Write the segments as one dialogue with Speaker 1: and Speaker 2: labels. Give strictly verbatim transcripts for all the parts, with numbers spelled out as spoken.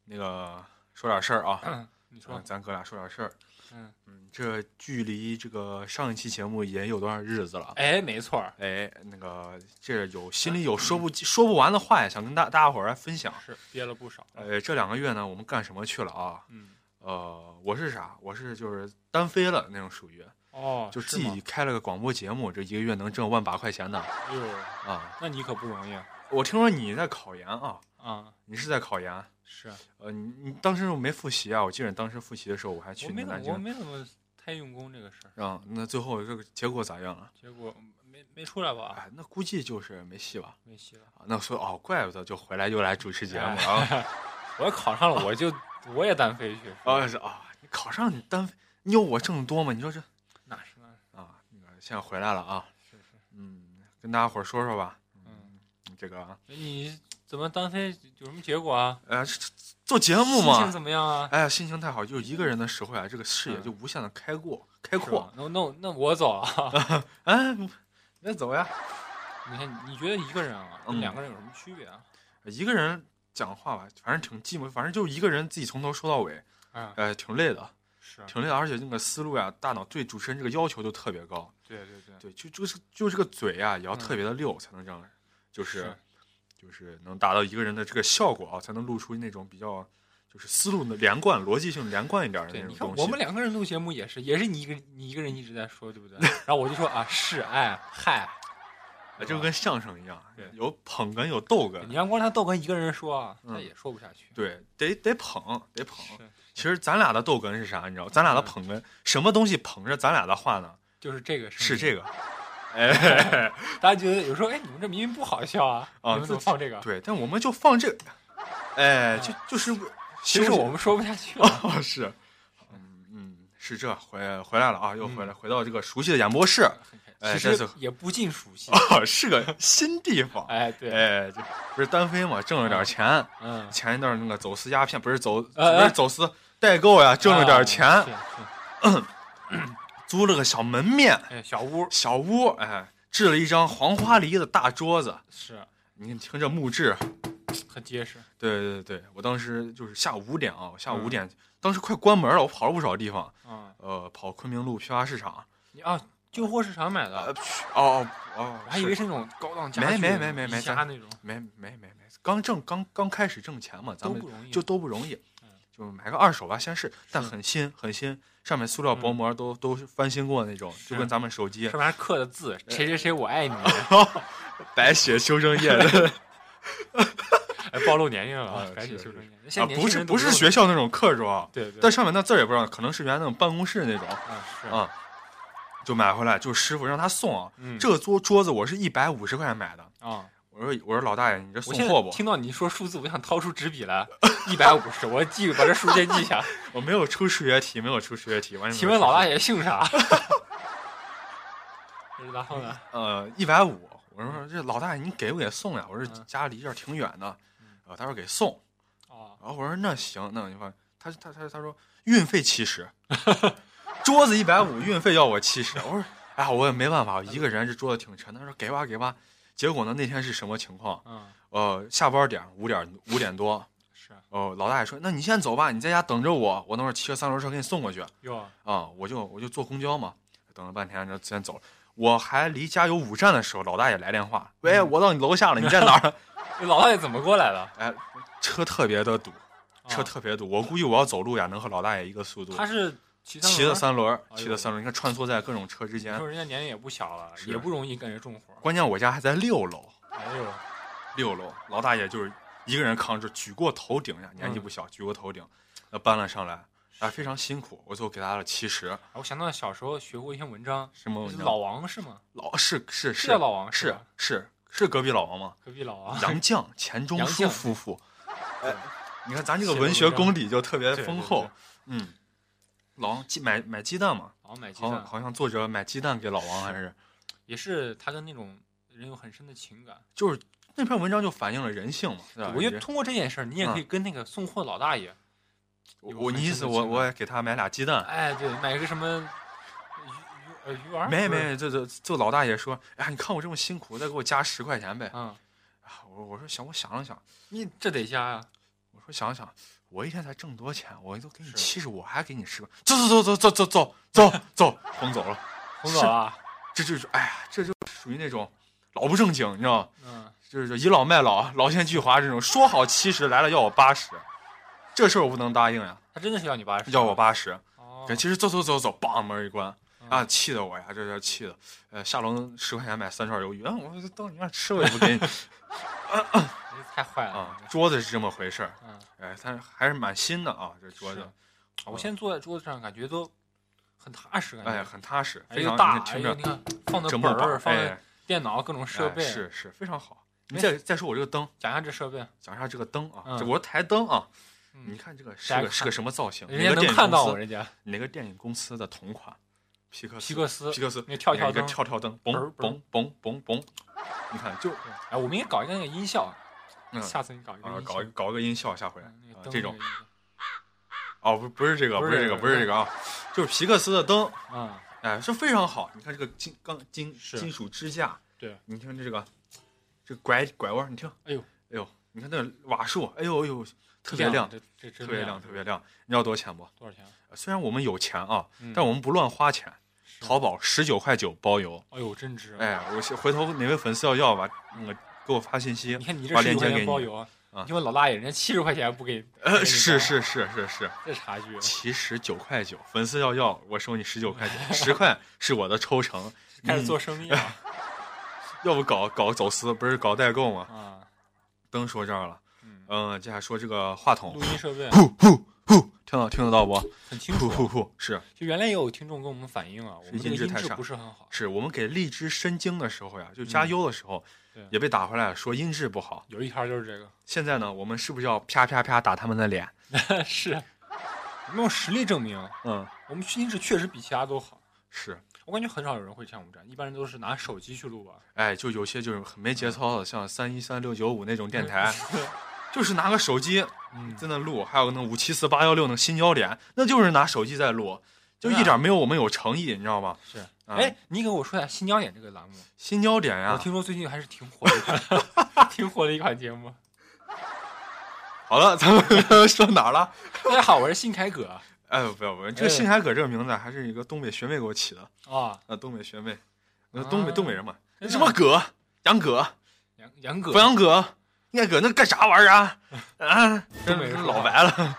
Speaker 1: 那个说点事儿啊，
Speaker 2: 嗯、你说、
Speaker 1: 嗯，咱哥俩说点事儿。
Speaker 2: 嗯
Speaker 1: 嗯，这距离这个上一期节目也有多少日子了？
Speaker 2: 哎，没错。
Speaker 1: 哎，那个这有心里有说不、嗯、说不完的话呀，想跟大大家伙儿来分享。
Speaker 2: 是憋了不少。
Speaker 1: 呃，这两个月呢，我们干什么去了啊？
Speaker 2: 嗯，
Speaker 1: 呃，我是啥？我是就是单飞了那种属于。
Speaker 2: 哦，
Speaker 1: 就自己开了个广播节目，这一个月能挣万把块钱的。
Speaker 2: 哎呦
Speaker 1: 啊，
Speaker 2: 那你可不容易。
Speaker 1: 我听说你在考研啊？
Speaker 2: 啊，
Speaker 1: 你是在考研？
Speaker 2: 是。
Speaker 1: 呃，你你当时没复习啊？我记得你当时复习的时候，我还去南京。
Speaker 2: 我没怎么太用功这个事儿。
Speaker 1: 啊，那最后这个结果咋样了？
Speaker 2: 结果没没出来吧？
Speaker 1: 哎，那估计就是没戏吧？
Speaker 2: 没戏了。
Speaker 1: 啊，那所以哦，怪不得就回来又来主持节目啊。
Speaker 2: 哎、我考上了，我就我也单飞去。
Speaker 1: 啊是啊，你考上你单飞，你有我挣得多吗？你说这。
Speaker 2: 那是那是
Speaker 1: 啊，那个现在回来了啊。
Speaker 2: 是是。
Speaker 1: 嗯，跟大家伙儿说说吧。
Speaker 2: 嗯，
Speaker 1: 这个
Speaker 2: 你怎么单飞有什么结果啊？
Speaker 1: 哎、呃，做节目嘛。
Speaker 2: 心情怎么样啊？
Speaker 1: 哎呀，心情太好，就是一个人的时候啊，这个视野就无限的开过、嗯、开阔。
Speaker 2: 那那那我走了。
Speaker 1: 哎，你别走呀！
Speaker 2: 你看，你觉得一个人啊，跟两个人有什么区别啊？
Speaker 1: 嗯、一个人讲话吧，反正挺寂寞，反正就是一个人自己从头说到尾，哎、
Speaker 2: 嗯
Speaker 1: 呃，挺累的。
Speaker 2: 是
Speaker 1: 挺累的，而且那个思路呀，大脑对主持人这个要求都特别高。
Speaker 2: 对对对
Speaker 1: 对，就就是就这个嘴呀，也要特别的溜，嗯、才能这样，就是
Speaker 2: 是
Speaker 1: 就是能达到一个人的这个效果啊，才能录出那种比较就是思路的连贯、逻辑性连贯一点的那种东西。
Speaker 2: 你看我们两个人录节目也是，也是你一个你一个人一直在说，对不对？然后我就说啊，是哎嗨，
Speaker 1: 这就跟相声一样，有捧哏有逗哏。
Speaker 2: 你让光他逗哏一个人说啊，他也说不下去。
Speaker 1: 嗯、对，得得捧，得捧。其实咱俩的逗哏是啥？你知道？咱俩的捧哏，什么东西捧着咱俩的话呢？
Speaker 2: 就是这个
Speaker 1: 是这个。
Speaker 2: 哎，大家觉得有时候，哎，你们这明明不好笑啊，
Speaker 1: 啊，
Speaker 2: 你们怎么放这个？
Speaker 1: 对，但我们就放这个。哎，就就是，
Speaker 2: 其实我们说不下去了。
Speaker 1: 哦，是，嗯嗯，是这回回来了啊，又回来，回到这个熟悉的演播室。
Speaker 2: 其实也不尽熟悉
Speaker 1: 哦，是个新地方。
Speaker 2: 哎，对，
Speaker 1: 哎，这不是单飞嘛，挣了点钱。
Speaker 2: 嗯，
Speaker 1: 前一段那个走私鸦片，不是走，不是走私代购呀，挣了点钱。租了个小门面，
Speaker 2: 哎，小屋，
Speaker 1: 小屋，哎，制了一张黄花梨的大桌子。
Speaker 2: 是，
Speaker 1: 你听这木质，
Speaker 2: 很结实。
Speaker 1: 对对对，我当时就是下午五点啊，我下午五点，当时快关门了，我跑了不少地方。
Speaker 2: 嗯，
Speaker 1: 呃，跑昆明路批发市场。
Speaker 2: 你啊。旧货市场买的，
Speaker 1: 呃、哦哦，
Speaker 2: 我还以为是那种高档家
Speaker 1: 具，没没没没没
Speaker 2: 家那种，
Speaker 1: 没没没没，刚挣刚刚开始挣钱嘛，咱们
Speaker 2: 都不容易，
Speaker 1: 就都不容易，嗯、就买个二手吧，先试，但很新很新，上面塑料薄膜都、嗯、都翻新过那种，就跟咱们手机
Speaker 2: 上面还刻的字，谁谁谁我爱你，
Speaker 1: 白写修正液的，
Speaker 2: 哎，暴露年龄了啊，白写修正液，现在
Speaker 1: 啊不是不是学校那种课是吧？
Speaker 2: 对对，
Speaker 1: 但上面那字也不知道，可能是原来那种办公室那种，
Speaker 2: 啊是
Speaker 1: 啊。就买回来，就师傅让他送啊。
Speaker 2: 嗯、
Speaker 1: 这个桌桌子我是一百五十块钱买的
Speaker 2: 啊。
Speaker 1: 我说我说老大爷，你这送货不？
Speaker 2: 听到你说数字，我想掏出纸笔来，一百五十，我记把这数先记下。
Speaker 1: 我没有出数学题，没有出数学题。完
Speaker 2: 请问老大爷姓啥？然后呢？
Speaker 1: 呃，一百五。我说这老大爷，你给不给送呀？我说家离这儿挺远的。呃，他说给送。
Speaker 2: 啊。
Speaker 1: 然后我说那行，那你看他他他他说运费七十。桌子一百五，运费要我七十。我说，哎呀，我也没办法，一个人这桌子挺沉。他说给吧给吧。结果呢，那天是什么情况？
Speaker 2: 嗯，
Speaker 1: 呃，下班点五点五点多。
Speaker 2: 是。
Speaker 1: 哦、呃，老大爷说，那你先走吧，你在家等着我，我等会儿骑个三轮车给你送过去。
Speaker 2: 哟。
Speaker 1: 啊、呃，我就我就坐公交嘛，等了半天，这先走了。我还离家有五站的时候，老大爷来电话，喂，我到你楼下了，你在哪儿？
Speaker 2: 老大爷怎么过来的？
Speaker 1: 哎，车特别的堵，车特别堵。我估计我要走路呀，能和老大爷一个速度。
Speaker 2: 他是。骑
Speaker 1: 的三轮，骑的三轮，你看穿梭在各种车之间。
Speaker 2: 你说人家年龄也不小了，也不容易跟人重活。
Speaker 1: 关键我家还在六楼，
Speaker 2: 哎呦，
Speaker 1: 六楼，老大爷就是一个人扛着，举过头顶呀，年纪不小，嗯、举过头顶，那搬了上来，啊，非常辛苦。我最后给他了七十。
Speaker 2: 我想到小时候学过一篇文章，
Speaker 1: 什么文章？
Speaker 2: 老王是吗？
Speaker 1: 老是是
Speaker 2: 是叫老王
Speaker 1: 是是是隔壁老王吗？
Speaker 2: 隔壁老王，
Speaker 1: 杨绛、钱钟书夫妇。哎，你看咱这个文学功底就特别丰厚，嗯。老王鸡买买鸡蛋嘛？
Speaker 2: 老买鸡蛋，
Speaker 1: 好，好像作者买鸡蛋给老王还是，
Speaker 2: 也是他跟那种人有很深的情感。
Speaker 1: 就是那篇文章就反映了人性嘛，对吧？
Speaker 2: 我觉得通过这件事儿，你也可以跟那个送货老大爷，
Speaker 1: 嗯、我你意思我我也给他买俩鸡蛋？
Speaker 2: 哎，对，买个什么鱼鱼呃鱼丸？
Speaker 1: 没没，这这这老大爷说，哎呀，你看我这么辛苦，再给我加十块钱呗。
Speaker 2: 嗯，
Speaker 1: 啊，我我说想我想了想，
Speaker 2: 你这得加呀、啊。
Speaker 1: 我说想想，我一天才挣多少钱，我都给你七十，我还给你十个，走走走走走走走走走，轰走了，
Speaker 2: 轰走了。
Speaker 1: 这就是哎呀，这就属于那种老不正经，你知道吗？
Speaker 2: 嗯，
Speaker 1: 就是倚老卖老、老奸巨猾这种，说好七十来了要我八十，这事儿我不能答应呀。
Speaker 2: 他真的是要你八十？
Speaker 1: 要我八十。
Speaker 2: 哦，
Speaker 1: 其实走走走走，梆门一关。啊，气得我呀，这这气的，呃，下楼十块钱买三串鱿鱼，我到你那吃我也不给你，
Speaker 2: 太坏了
Speaker 1: 啊！桌子是这么回事儿，
Speaker 2: 嗯，
Speaker 1: 哎，它还是蛮新的啊，这桌子，
Speaker 2: 我现在坐在桌子上，感觉都很踏实，感觉
Speaker 1: 哎，很踏实，非常
Speaker 2: 大，
Speaker 1: 听着，
Speaker 2: 你看放的本儿，放的电脑，各种设备，
Speaker 1: 是是非常好。你再再说我这个灯，
Speaker 2: 讲一下这设备，
Speaker 1: 讲一下这个灯啊，这我台灯啊，你看这个是个是个什么造型？
Speaker 2: 人家能看到我，人家
Speaker 1: 哪个电影公司的同款？皮克斯，
Speaker 2: 皮克斯，
Speaker 1: 皮克斯，
Speaker 2: 那跳跳
Speaker 1: 灯，一个跳跳灯，嘣嘣嘣嘣嘣，你看就，
Speaker 2: 哎，我们也搞一个那个音效，下次你搞一个，
Speaker 1: 搞一搞一个音效，下回这种，
Speaker 2: 哦，
Speaker 1: 不不是这个，不是这个，不是这个啊，就是皮克斯的灯，
Speaker 2: 啊，
Speaker 1: 哎，是非常好。你看这个金钢金金属支架，
Speaker 2: 对，
Speaker 1: 你听这个，这拐拐弯，你听，
Speaker 2: 哎呦
Speaker 1: 哎呦，你看那个瓦数，哎呦哎呦，特别亮，
Speaker 2: 这
Speaker 1: 特别亮，特别亮。你知道多少钱不？
Speaker 2: 多少钱？
Speaker 1: 虽然我们有钱啊，但我们不乱花钱。淘宝十九块九包邮，
Speaker 2: 哎呦，真值！
Speaker 1: 哎，我回头哪位粉丝要要吧，那个给我发信息，
Speaker 2: 你看你这十九块钱包邮啊，你问老大爷，人家七十块钱不给，
Speaker 1: 呃，是是是是是，
Speaker 2: 这差距。
Speaker 1: 其实九块九，粉丝要要，我收你十九块九，十块是我的抽成，
Speaker 2: 开始做生意啊，
Speaker 1: 要不搞搞走私，不是搞代购吗？
Speaker 2: 啊，
Speaker 1: 灯说这儿了，嗯，接下来说这个话筒，
Speaker 2: 录音设备，
Speaker 1: 呼呼呼，听到听得到不？
Speaker 2: 很清楚，
Speaker 1: 呼呼呼，是。
Speaker 2: 就原来也有听众跟我们反映啊，我们这个音质不是很好。
Speaker 1: 是我们给荔枝深精的时候呀，就加优的时候，也被打回来说音质不好。
Speaker 2: 有一条就是这个。
Speaker 1: 现在呢，我们是不是要啪啪啪打他们的脸？
Speaker 2: 是，我们用实力证明，
Speaker 1: 嗯，
Speaker 2: 我们音质确实比其他都好。
Speaker 1: 是
Speaker 2: 我感觉很少有人会像我们这样，一般人都是拿手机去录吧。
Speaker 1: 哎，就有些就是很没节操的，像三一三六九五那种电台。就是拿个手机在那录，还有那五七四八幺六那新焦点，那就是拿手机在录，就一点没有我们有诚意，你知道吗？
Speaker 2: 是，哎、嗯，你给我说一下新焦点这个栏目。
Speaker 1: 新焦点呀，
Speaker 2: 我听说最近还是挺火的一款，挺火的一款节目。
Speaker 1: 好了，咱们说哪儿了？
Speaker 2: 大家好，我是辛凯葛。
Speaker 1: 哎，不要不要，这个辛凯葛这个名字还是一个东北学妹给我起的
Speaker 2: 啊，
Speaker 1: 啊，东北学妹，东北东北人嘛，什么葛？杨葛？
Speaker 2: 杨杨葛？
Speaker 1: 不杨葛？应该搁那干啥玩意儿啊？啊，
Speaker 2: 东北
Speaker 1: 人老白了。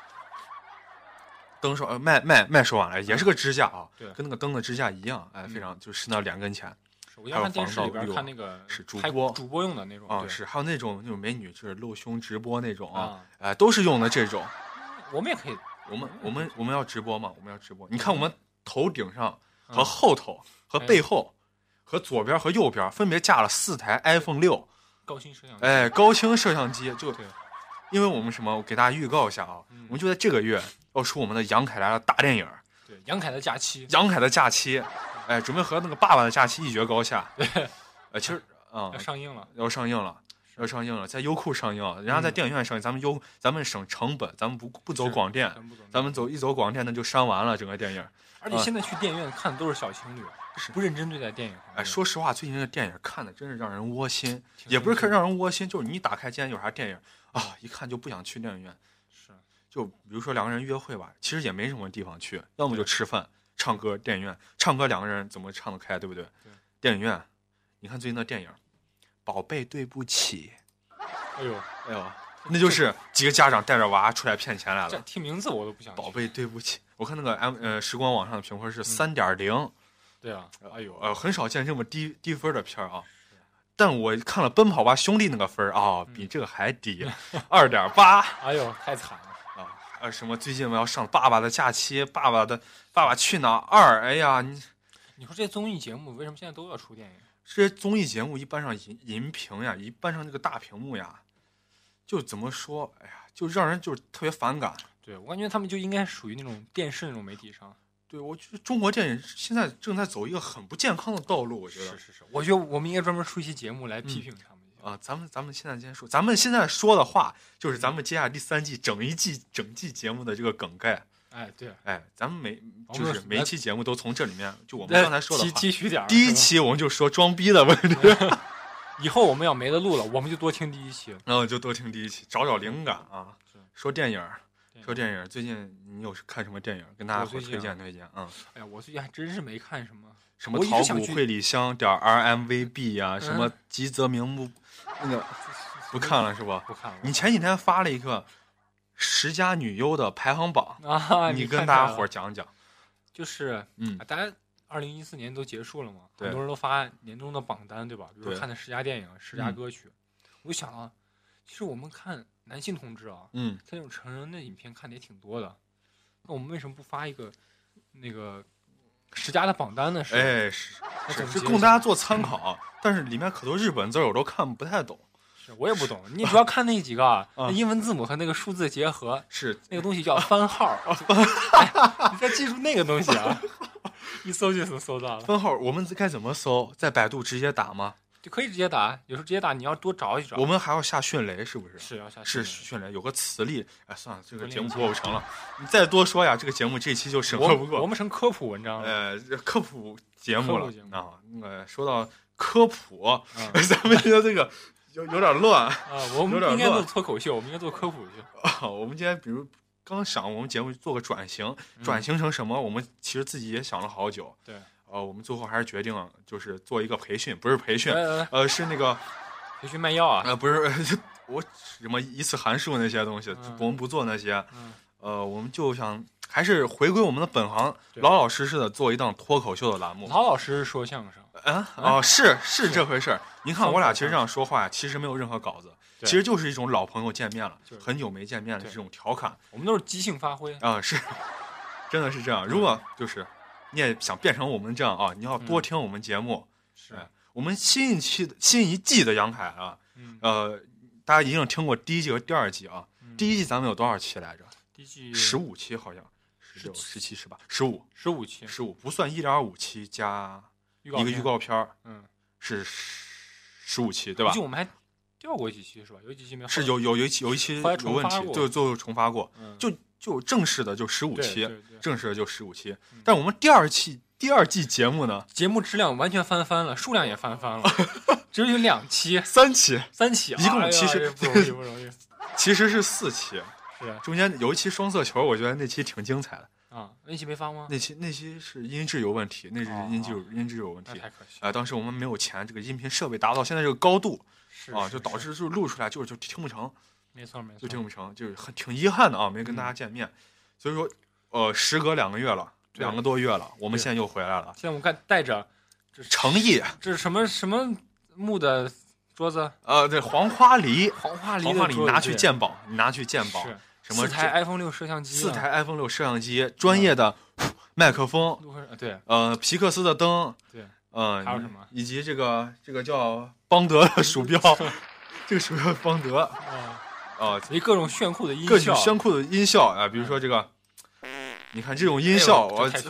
Speaker 1: 灯说麦麦麦说完了，也是个支架啊，
Speaker 2: 对，
Speaker 1: 跟那个灯的支架一样，哎，非常就是那两根钱。
Speaker 2: 我要看电视里边看那个
Speaker 1: 是主播
Speaker 2: 主播用的那种
Speaker 1: 啊，是还有那种那种美女就是露胸直播那种
Speaker 2: 啊，
Speaker 1: 哎，都是用的这种。
Speaker 2: 我们也可以，
Speaker 1: 我们我们我们要直播嘛，我们要直播。你看我们头顶上和后头和背后和左边和右边分别架了四台 iPhone 六。
Speaker 2: 高清摄像机，
Speaker 1: 哎，高清摄像机就，因为我们什么，我给大家预告一下啊，
Speaker 2: 嗯、
Speaker 1: 我们就在这个月要出我们的杨凯来了大电影，
Speaker 2: 对，杨凯的假期，
Speaker 1: 杨凯的假期，哎，准备和那个爸爸的假期一决高下，
Speaker 2: 对，
Speaker 1: 呃，其实啊、嗯，
Speaker 2: 要上映了，
Speaker 1: 要上映了，要上映了，在优酷上映，人家在电影院上映，咱们优，咱们省成本，咱们不不走广电，咱们走一走广电，那就删完了整个电影。
Speaker 2: 而且现在去电影院看的都是小情侣，是不认真对待电影。
Speaker 1: 哎，说实话，最近这个电影看的真是让人窝心，也不是看让人窝心，就是你一打开今天有啥电影啊，一看就不想去电影院。
Speaker 2: 是，
Speaker 1: 就比如说两个人约会吧，其实也没什么地方去，要么就吃饭、唱歌。电影院唱歌，两个人怎么唱得开，对不对？
Speaker 2: 对。
Speaker 1: 电影院，你看最近的电影，《宝贝对不起》。
Speaker 2: 哎呦，
Speaker 1: 哎呦。那就是几个家长带着娃出来骗钱来了。
Speaker 2: 听名字我都不想。
Speaker 1: 宝贝，对不起，我看那个 M 呃时光网上的评分是三点零。
Speaker 2: 对啊，哎呦，
Speaker 1: 呃，很少见这么低低分的片啊。但我看了《奔跑吧兄弟》那个分啊、哦，比这个还低，二点八。
Speaker 2: 哎呦，太惨了
Speaker 1: 啊！呃，什么最近我要上《爸爸的假期》，《爸爸的爸爸去哪儿二》。哎呀，你
Speaker 2: 你说这些综艺节目为什么现在都要出电影？
Speaker 1: 这些综艺节目一搬上银银屏呀，一搬上这个大屏幕呀。就怎么说，哎呀，就让人就是特别反感。
Speaker 2: 对，我感觉他们就应该属于那种电视那种媒体上。
Speaker 1: 对，我觉得中国电影现在正在走一个很不健康的道路。我觉得
Speaker 2: 是是是，我觉得我们应该专门出一期节目来批评他们一下。
Speaker 1: 啊、嗯呃，咱们咱们现在今天说，咱们现在说的话就是咱们接下来第三季整一季整季节目的这个梗概。
Speaker 2: 哎，对，
Speaker 1: 哎，咱们每就是每一期节目都从这里面，就我们刚才说的话，
Speaker 2: 提取点。
Speaker 1: 第一期我们就说装逼的问题。
Speaker 2: 以后我们要没得录了，我们就多听第一期，
Speaker 1: 然后就多听第一期，找找灵感啊。
Speaker 2: 是
Speaker 1: 说电影，说电影，最近你有看什么电影？跟大家伙推荐推荐。嗯，
Speaker 2: 哎呀，我最近还真是没看什么。
Speaker 1: 什么淘谷会理香点 R M V B 呀、啊，什么吉泽明木，那个不看了是吧？
Speaker 2: 不看了。
Speaker 1: 你前几天发了一个十佳女优的排行榜
Speaker 2: 啊，
Speaker 1: 你跟大家伙讲讲。
Speaker 2: 就是，
Speaker 1: 嗯，
Speaker 2: 大家二零一四年都结束了嘛，很多人都发年终的榜单，对吧？比如说看的十佳电影、十佳歌曲，我就想啊，其实我们看男性同志啊，
Speaker 1: 嗯，
Speaker 2: 他那种成人的影片看的也挺多的，那我们为什么不发一个那个？十佳的榜单呢？是
Speaker 1: 哎，是是是供大家做参考，但是里面可多日本字我都看不太懂。
Speaker 2: 是我也不懂，你主要看那几个啊，那英文字母和那个数字结合，
Speaker 1: 是
Speaker 2: 那个东西叫番号。哎、你再记住那个东西啊，一搜就能搜到了。
Speaker 1: 番号我们该怎么搜？在百度直接打吗？
Speaker 2: 就可以直接打，有时候直接打，你要多找一找。
Speaker 1: 我们还要下迅雷，是不是？
Speaker 2: 是要下
Speaker 1: 是迅雷，有个磁力。哎，算了，这个节目做不成了。你再多说呀，这个节目这期就审核不过。
Speaker 2: 我们成科普文章了。
Speaker 1: 呃，科普节目了
Speaker 2: 节目
Speaker 1: 啊。那个说到科普，嗯、咱们觉得这个有有点乱
Speaker 2: 啊。我们应该做脱口秀，我们应该做科普秀
Speaker 1: 啊。我们今天比如刚想我们节目做个转型，嗯、转型成什么？我们其实自己也想了好久。
Speaker 2: 对。
Speaker 1: 呃，我们最后还是决定就是做一个培训，不是培训，
Speaker 2: 呃，
Speaker 1: 呃是那个
Speaker 2: 培训卖药啊，
Speaker 1: 呃，不是我什么一次函数那些东西，
Speaker 2: 嗯、
Speaker 1: 我们不做那些，
Speaker 2: 嗯、
Speaker 1: 呃，我们就想还是回归我们的本行，老老实实的做一档脱口秀的栏目。
Speaker 2: 老老实实说相声，
Speaker 1: 嗯，哦，是是这回事儿。您看我俩其实这样说话，其实没有任何稿子，其实就是一种老朋友见面了，很久没见面的这种调侃。
Speaker 2: 我们都是即兴发挥
Speaker 1: 啊、呃，是，真的是这样。如果就是你也想变成我们这样啊，你要多听我们节目。
Speaker 2: 嗯、是、
Speaker 1: 哎，我们新一期的新一季的杨凯啊，
Speaker 2: 嗯、
Speaker 1: 呃，大家一定听过第一季和第二季啊。
Speaker 2: 嗯、
Speaker 1: 第一季咱们有多少期来着？
Speaker 2: 第一季
Speaker 1: 十五期好像，十六、十七、十八、十五、
Speaker 2: 十五期，
Speaker 1: 十五不算一点五期加一个预告片，
Speaker 2: 嗯，
Speaker 1: 是十五期对吧？
Speaker 2: 就我们还掉过几期是吧？有几期没有？
Speaker 1: 是有有有一期有一期有问题，就最后重发过，
Speaker 2: 嗯、
Speaker 1: 就就正式的就十五期，
Speaker 2: 对对对
Speaker 1: 正式的就十五期。嗯、但我们第二期第二季节目呢，
Speaker 2: 节目质量完全翻番了，数量也翻番了，只有两期、
Speaker 1: 三期、
Speaker 2: 三期，
Speaker 1: 一共其实、
Speaker 2: 哎、不容易不容易，
Speaker 1: 其实是四期。
Speaker 2: 是
Speaker 1: 中间有一期双色球，我觉得那期挺精彩的。
Speaker 2: 啊，那期没发吗？
Speaker 1: 那期那期是音质有问题，那是音质有、哦、音质有问题，
Speaker 2: 太可惜
Speaker 1: 啊、呃！当时我们没有钱，这个音频设备达到现在这个高度，
Speaker 2: 是
Speaker 1: 啊，就导致就录出来就是就听不成，
Speaker 2: 没错没错，
Speaker 1: 就听不成，就是很挺遗憾的啊，没跟大家见面。嗯、所以说，呃，时隔两个月了，两个多月了，我们现在又回来了。
Speaker 2: 现在我们看带着
Speaker 1: 诚意，
Speaker 2: 这是什么什么木的桌子？
Speaker 1: 呃，对，黄花梨，
Speaker 2: 黄花梨，
Speaker 1: 黄花梨拿去鉴宝，你拿去鉴宝。什么
Speaker 2: 四台 iPhone 六摄像机、啊，
Speaker 1: 四台 iPhone 六摄像机，专业的麦克风，
Speaker 2: 对，
Speaker 1: 呃，皮克斯的灯，
Speaker 2: 对，
Speaker 1: 呃，
Speaker 2: 还有什么？
Speaker 1: 以及这个这个叫邦德的鼠标，这个鼠标邦德，啊、
Speaker 2: 呃，
Speaker 1: 呃，
Speaker 2: 以各种炫酷的音效，
Speaker 1: 各种炫酷的音效啊、呃，比如说这个，嗯、你看这种音效，
Speaker 2: 哎、
Speaker 1: 我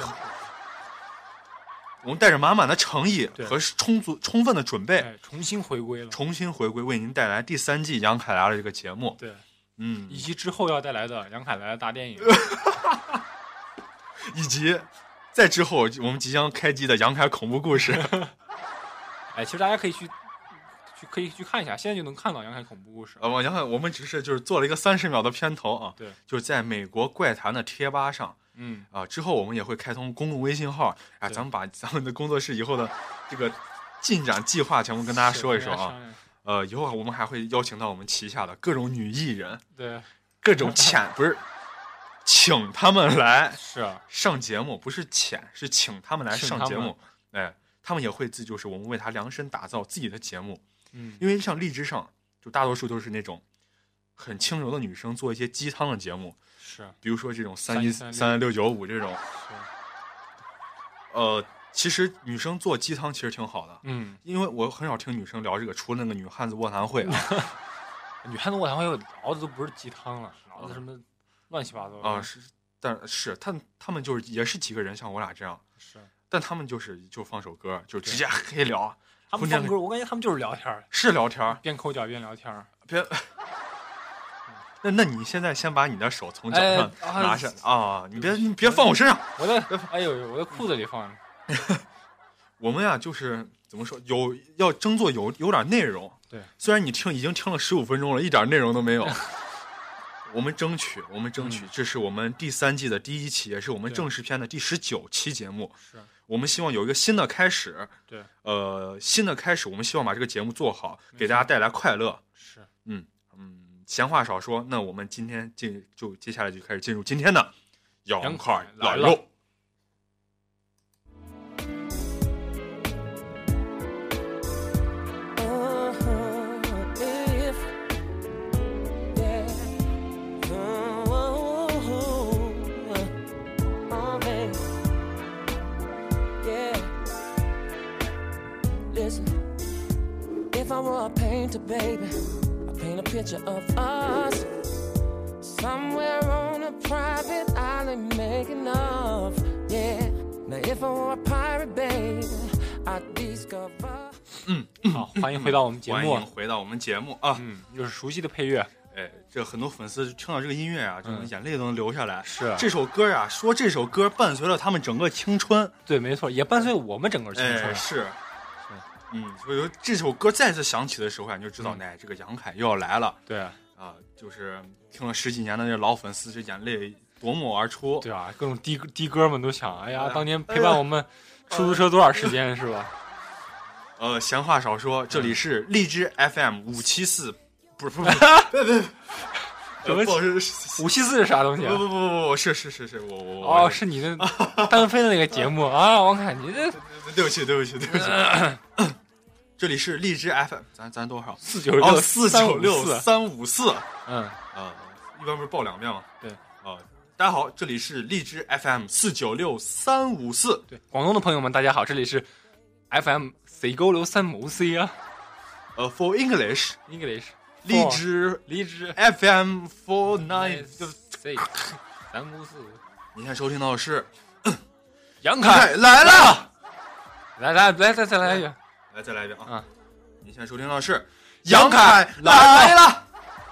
Speaker 1: 我们带着满满的诚意和充足充分的准备，
Speaker 2: 哎、重新回归了，
Speaker 1: 重新回归，为您带来第三季杨凯来的这个节目，
Speaker 2: 对。
Speaker 1: 嗯，
Speaker 2: 以及之后要带来的杨凯来的大电影，
Speaker 1: 以及在之后我们即将开机的杨凯恐怖故事。
Speaker 2: 哎，其实大家可以去去可以去看一下，现在就能看到杨凯恐怖故事。
Speaker 1: 呃，杨凯，我们只是就是做了一个三十秒的片头啊，
Speaker 2: 对，
Speaker 1: 就是在美国怪谈的贴吧上，
Speaker 2: 嗯
Speaker 1: 啊、呃，之后我们也会开通公共微信号，哎、呃，咱们把咱们的工作室以后的这个进展计划全部跟大家说一说啊。呃，以后我们还会邀请到我们旗下的各种女艺人，
Speaker 2: 对，
Speaker 1: 各种潜不是，请他们来
Speaker 2: 是
Speaker 1: 上节目，不是潜，是请他们来上节目。哎，他们也会自就是我们为他量身打造自己的节目。
Speaker 2: 嗯，
Speaker 1: 因为像荔枝上，就大多数都是那种很轻柔的女生做一些鸡汤的节目，
Speaker 2: 是，
Speaker 1: 比如说这种三一三六九五这种，呃。其实女生做鸡汤其实挺好的，
Speaker 2: 嗯，
Speaker 1: 因为我很少听女生聊这个，除了那个女汉子卧谈会啊，
Speaker 2: 女汉子卧谈会聊的都不是鸡汤了，聊的什么乱七八糟的
Speaker 1: 啊、呃，是，但是他他们就是也是几个人像我俩这样，
Speaker 2: 是，
Speaker 1: 但他们就是就放首歌，就直接黑聊，
Speaker 2: 他们放歌，我感觉他们就是聊天，
Speaker 1: 是聊天，
Speaker 2: 边抠脚边聊天，
Speaker 1: 别。那那你现在先把你的手从脚上拿下啊、哎！你别你别放我身上，
Speaker 2: 我的哎呦，我的裤子里放着。
Speaker 1: 我们呀，就是怎么说，有要争做有有点内容。
Speaker 2: 对，
Speaker 1: 虽然你听已经听了十五分钟了，一点内容都没有。 我们争取，我们争取，
Speaker 2: 嗯、
Speaker 1: 这是我们第三季的第一期，也是我们正式篇的第十九期节目。
Speaker 2: 是，
Speaker 1: 我们希望有一个新的开始。
Speaker 2: 对，
Speaker 1: 呃，新的开始，我们希望把这个节目做好，给大家带来快乐。
Speaker 2: 是，
Speaker 1: 嗯嗯，闲话少说，那我们今天进就接下来就开始进入今天的杨凯来喽。
Speaker 3: If I were a painter, baby, I'd paint a picture of us somewhere on a private island making love. Yeah. Now if I were a pirate, baby, I'd discover.
Speaker 1: 嗯，
Speaker 2: 好，欢迎回到我们节目。
Speaker 1: 欢迎回到我们节目啊！
Speaker 2: 嗯，又是熟悉的配乐。
Speaker 1: 哎，这很多粉丝听到这个音乐啊，这种眼泪都能流下来。
Speaker 2: 是、嗯、
Speaker 1: 这首歌啊，说这首歌伴随了他们整个青春。
Speaker 2: 对，没错，也伴随了我们整个青春。
Speaker 1: 哎、是。嗯，所以说这首歌再次响起的时候啊，你就知道，哎、嗯，这个杨凯又要来了。
Speaker 2: 对啊、
Speaker 1: 呃，就是听了十几年的那老粉丝，这眼泪夺目而出。
Speaker 2: 对啊，各种的的哥们都想，哎呀，哎当年陪伴我们出租车多少时间、哎、是吧？
Speaker 1: 呃，闲话少说，这里是荔枝 F M 五七四，不是不是，别别，
Speaker 2: 什么？五七四是啥东西、啊？
Speaker 1: 不不不不不，是是是是，我我
Speaker 2: 哦，是你的单飞的那个节目啊！王凯，你这
Speaker 1: 对不起对不起对不起。这里是荔枝 F M， 咱咱多少？
Speaker 2: 四九六
Speaker 1: 四九六三五四。
Speaker 2: 嗯
Speaker 1: 啊、呃，一般不是报两遍吗？
Speaker 2: 对。
Speaker 1: 啊、呃，大家好，这里是荔枝 F M 四九六三五四。
Speaker 2: 对，广东的朋友们，大家好，这里是 F M 四九六三五四啊。
Speaker 1: 呃 ，For English
Speaker 2: English，
Speaker 1: 荔枝
Speaker 2: 荔枝
Speaker 1: F M four nine
Speaker 2: 三五四。
Speaker 1: 你现在收听到的是
Speaker 2: 杨凯
Speaker 1: 来了，
Speaker 2: 来来来再再来一遍。
Speaker 1: 来，再来一遍啊！
Speaker 2: 啊，
Speaker 1: 你现在收听到的是杨凯来了。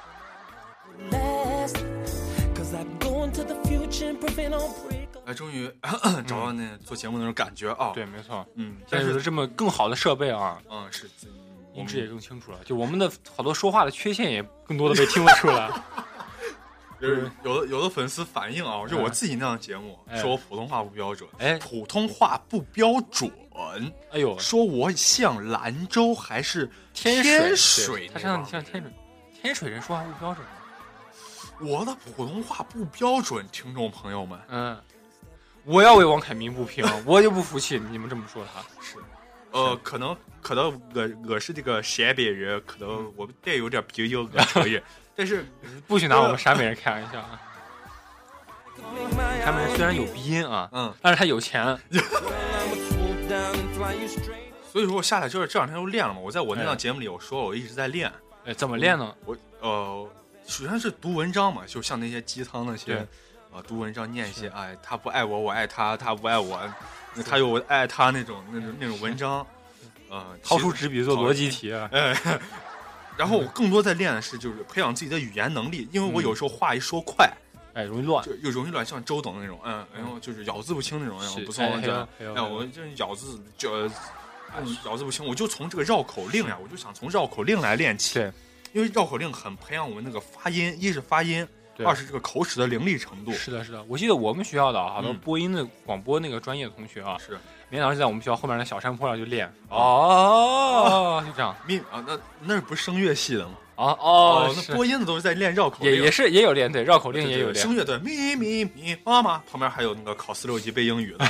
Speaker 1: 哎，终于找到那做节目的那种感觉啊！
Speaker 2: 对，没错，
Speaker 1: 嗯，
Speaker 2: 但是有了这么更好的设备啊，
Speaker 1: 嗯，是，
Speaker 2: 音质也更清楚了，就我们的好多说话的缺陷也更多的被听了出来。
Speaker 1: 就是有的有的粉丝反映啊，就我自己那样的节目，
Speaker 2: 哎、
Speaker 1: 说我普通话不标准，
Speaker 2: 哎，
Speaker 1: 普通话不标准，
Speaker 2: 哎呦，
Speaker 1: 说我像兰州还是
Speaker 2: 天
Speaker 1: 水，
Speaker 2: 水他像像天水，天水人说话不标准。
Speaker 1: 我的普通话不标准，听众朋友们，
Speaker 2: 嗯，我要为王凯鸣不平，我就不服气你们这么说他。
Speaker 1: 是，呃，可能可能我我是这个陕北人，可能我带有点鼻音，我承认。但是
Speaker 2: 不许拿我们陕北人开玩笑啊！陕北人虽然有鼻音啊，
Speaker 1: 嗯，
Speaker 2: 但是他有钱。
Speaker 1: 所以说我下来就是这两天都练了嘛。我在我那档节目里我说我一直在练。
Speaker 2: 哎，怎么练呢？
Speaker 1: 我呃，首先是读文章嘛，就像那些鸡汤那些，呃，读文章念一些，哎，他不爱我，我爱他，他不爱我，他有我爱他那种那种那种文章，呃，
Speaker 2: 掏出纸笔做逻辑题啊，
Speaker 1: 哎。然后我更多在练的是，就是培养自己的语言能力，因为我有时候话一说快，
Speaker 2: 哎，容易乱，
Speaker 1: 就又容易乱，像周董那种，嗯，然后就是咬字不清那种，然后不错，
Speaker 2: 哎，
Speaker 1: 哎，我就是咬字就咬字不清，我就从这个绕口令呀，我就想从绕口令来练起，
Speaker 2: 对，
Speaker 1: 因为绕口令很培养我们那个发音，一是发音，二是这个口齿的伶俐程度。
Speaker 2: 是的，是的，我记得我们学校的好多播音的广播那个专业的同学啊，
Speaker 1: 是。
Speaker 2: 每天早上就在我们学校后面那小山坡上就练，哦，就这样。
Speaker 1: 咪啊，那那不是声乐系的吗？
Speaker 2: 啊哦，
Speaker 1: 那播音的都是在练绕口令，
Speaker 2: 也也是也有练，对，绕口令也有练。
Speaker 1: 声乐对，咪咪咪妈妈，旁边还有那个考四六级背英语的。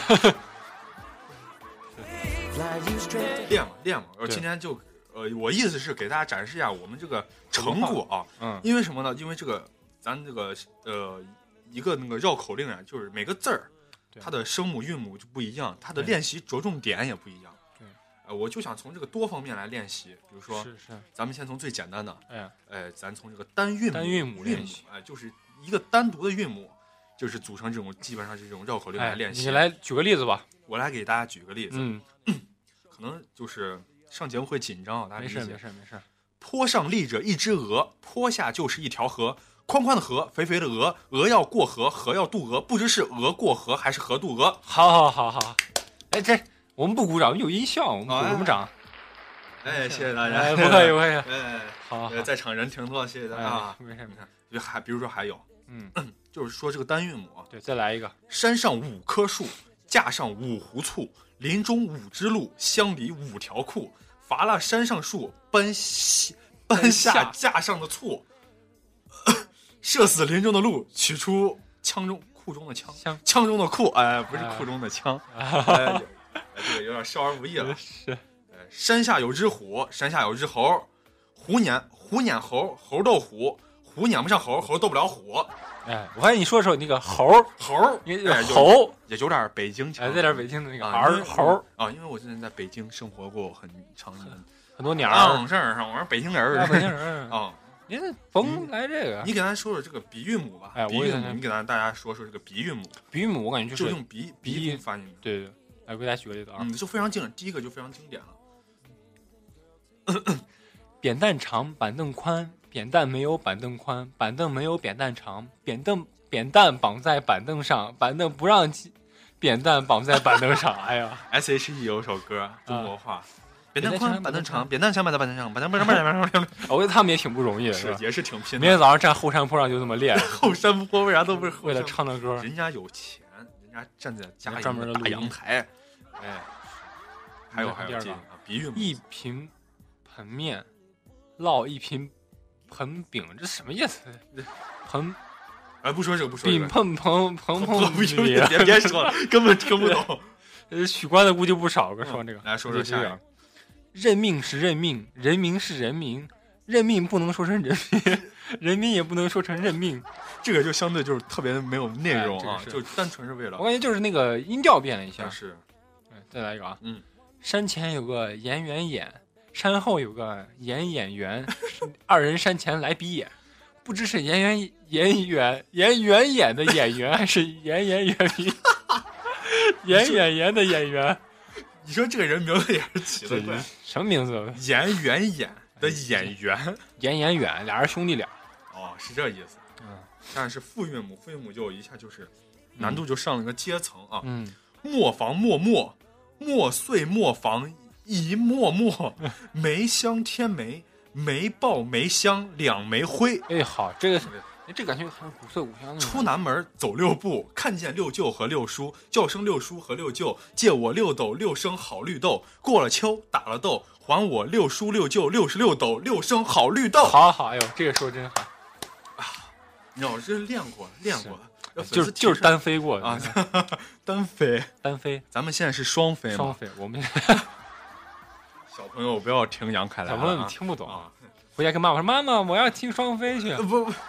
Speaker 1: 练嘛练嘛，我今天就呃，我意思是给大家展示一下我们这个成果啊，
Speaker 2: 嗯，
Speaker 1: 因为什么呢？因为这个咱这个呃一个那个绕口令啊，就是每个字儿。它的声母韵母就不一样，它的练习着重点也不一样。
Speaker 2: 对，
Speaker 1: 呃，我就想从这个多方面来练习，比如说，
Speaker 2: 是是，
Speaker 1: 咱们先从最简单的，
Speaker 2: 哎，
Speaker 1: 呃，咱从这个单韵母
Speaker 2: 单韵母练习，
Speaker 1: 哎、呃，就是一个单独的韵母，就是组成这种基本上是这种绕口令来练习。
Speaker 2: 哎、你来举个例子吧，
Speaker 1: 我来给大家举个例子。
Speaker 2: 嗯，
Speaker 1: 可能就是上节目会紧张啊，大家
Speaker 2: 没事没事没事。
Speaker 1: 坡上立着一只鹅，坡下就是一条河。宽宽的河，肥肥的鹅，鹅要过河，河要渡鹅，不知是鹅过河还是河渡鹅。
Speaker 2: 好好好好，哎，这我们不鼓掌，有音效，我们鼓什么掌？
Speaker 1: 哎，谢谢大家，
Speaker 2: 哎，不客气不客气。
Speaker 1: 哎，
Speaker 2: 好，
Speaker 1: 在场人挺多，谢谢大家。
Speaker 2: 没事没事。
Speaker 1: 就还比如说还有，
Speaker 2: 嗯，
Speaker 1: 就是说这个单韵母啊。
Speaker 2: 对，再来一个。
Speaker 1: 山上五棵树，架上五壶醋，林中五只鹿，乡里五条裤。伐了山上树，搬下搬下架上的醋，射死林中的鹿，取出枪中裤中的枪，枪中的裤，哎，不是裤中的枪，哎，哎这个有点少儿不宜了。
Speaker 2: 是，
Speaker 1: 哎，山下有只虎，山下有只猴，虎撵虎撵猴，猴斗虎，虎撵不上猴，猴斗不了虎。
Speaker 2: 哎，我发现你说的时候那个猴
Speaker 1: 猴，
Speaker 2: 哎，猴
Speaker 1: 也有点北京腔，
Speaker 2: 哎，有点北京的那个儿猴
Speaker 1: 啊，因为我之前在北京生活过很长一段
Speaker 2: 很多年
Speaker 1: 儿，是是，我是北京人，
Speaker 2: 北京人
Speaker 1: 啊。
Speaker 2: 您甭来这个，
Speaker 1: 你给咱说说这个鼻韵母吧。
Speaker 2: 哎，
Speaker 1: 鼻韵母，你给咱大家说说这个鼻韵母。
Speaker 2: 鼻韵母，我感觉就是
Speaker 1: 用鼻
Speaker 2: 鼻
Speaker 1: 发音。
Speaker 2: 对对，来，我给大家举个例子啊，
Speaker 1: 嗯，就非常经典。第一个就非常经典
Speaker 2: 了。扁担长，板凳宽，扁担没有板凳宽，板凳没有扁担长，扁凳扁担绑在板凳上，板凳不让扁担绑在板凳上。哎呀
Speaker 1: ，S H E 有首歌，中国话。扁担宽，板凳长，扁担想摆在板凳上，板凳不让板凳上。
Speaker 2: 我觉得他们也挺不容易的，
Speaker 1: 是也是挺拼的。
Speaker 2: 每天早上站后山坡上就这么练。
Speaker 1: 后山坡为啥都不是
Speaker 2: 为了唱的歌？
Speaker 1: 人家有钱，人家站在家里
Speaker 2: 专门的
Speaker 1: 大阳台。哎，还有还有这个鼻韵母，
Speaker 2: 一瓶盆面烙一瓶盆饼，这什么意思？盆。
Speaker 1: 哎，不说这个，不说这个。
Speaker 2: 饼碰碰碰碰，
Speaker 1: 别别说了，根本听不懂。
Speaker 2: 呃，许官的估计不少。我说这个，
Speaker 1: 来说说下一个。
Speaker 2: 任命是任命，人民是人民，任命不能说成人民，人民也不能说成任命。
Speaker 1: 这个就相对就是特别没有内容啊，就单纯是为了。
Speaker 2: 我感觉就是那个音调变了一下。
Speaker 1: 是。
Speaker 2: 哎，再来一个啊。
Speaker 1: 嗯。
Speaker 2: 山前有个演员演，山后有个演演员，二人山前来比演。不知是演员演员演员演的演员，还是演演员名演演员的演员。
Speaker 1: 你说这个人名字也是起的怪，
Speaker 2: 什么名字？
Speaker 1: 演员演的演员，
Speaker 2: 演演员，俩人兄弟俩。
Speaker 1: 哦，是这意思。嗯，但是复韵母，复韵母就一下就是难度就上了一个阶层啊。
Speaker 2: 嗯，
Speaker 1: 磨房磨磨，磨碎磨房一磨磨，梅香添梅。梅爆梅香两梅灰。
Speaker 2: 哎，好，这个这感觉很古色古香的。
Speaker 1: 出南门走六步，看见六舅和六叔，叫声六叔和六舅，借我六斗六升好绿豆。过了秋打了豆，还我六叔六舅六十六斗六升好绿豆。
Speaker 2: 好好，哎呦，这个说真好
Speaker 1: 啊！你知道我这练过练过，
Speaker 2: 就是就是单飞过的
Speaker 1: 啊，单飞
Speaker 2: 单飞。
Speaker 1: 咱们现在是双飞吗？
Speaker 2: 双飞，我们。
Speaker 1: 小朋友不要听杨凯来，
Speaker 2: 小朋友听不懂啊！回家跟妈妈说：“妈妈，我要听双飞去。”
Speaker 1: 不不，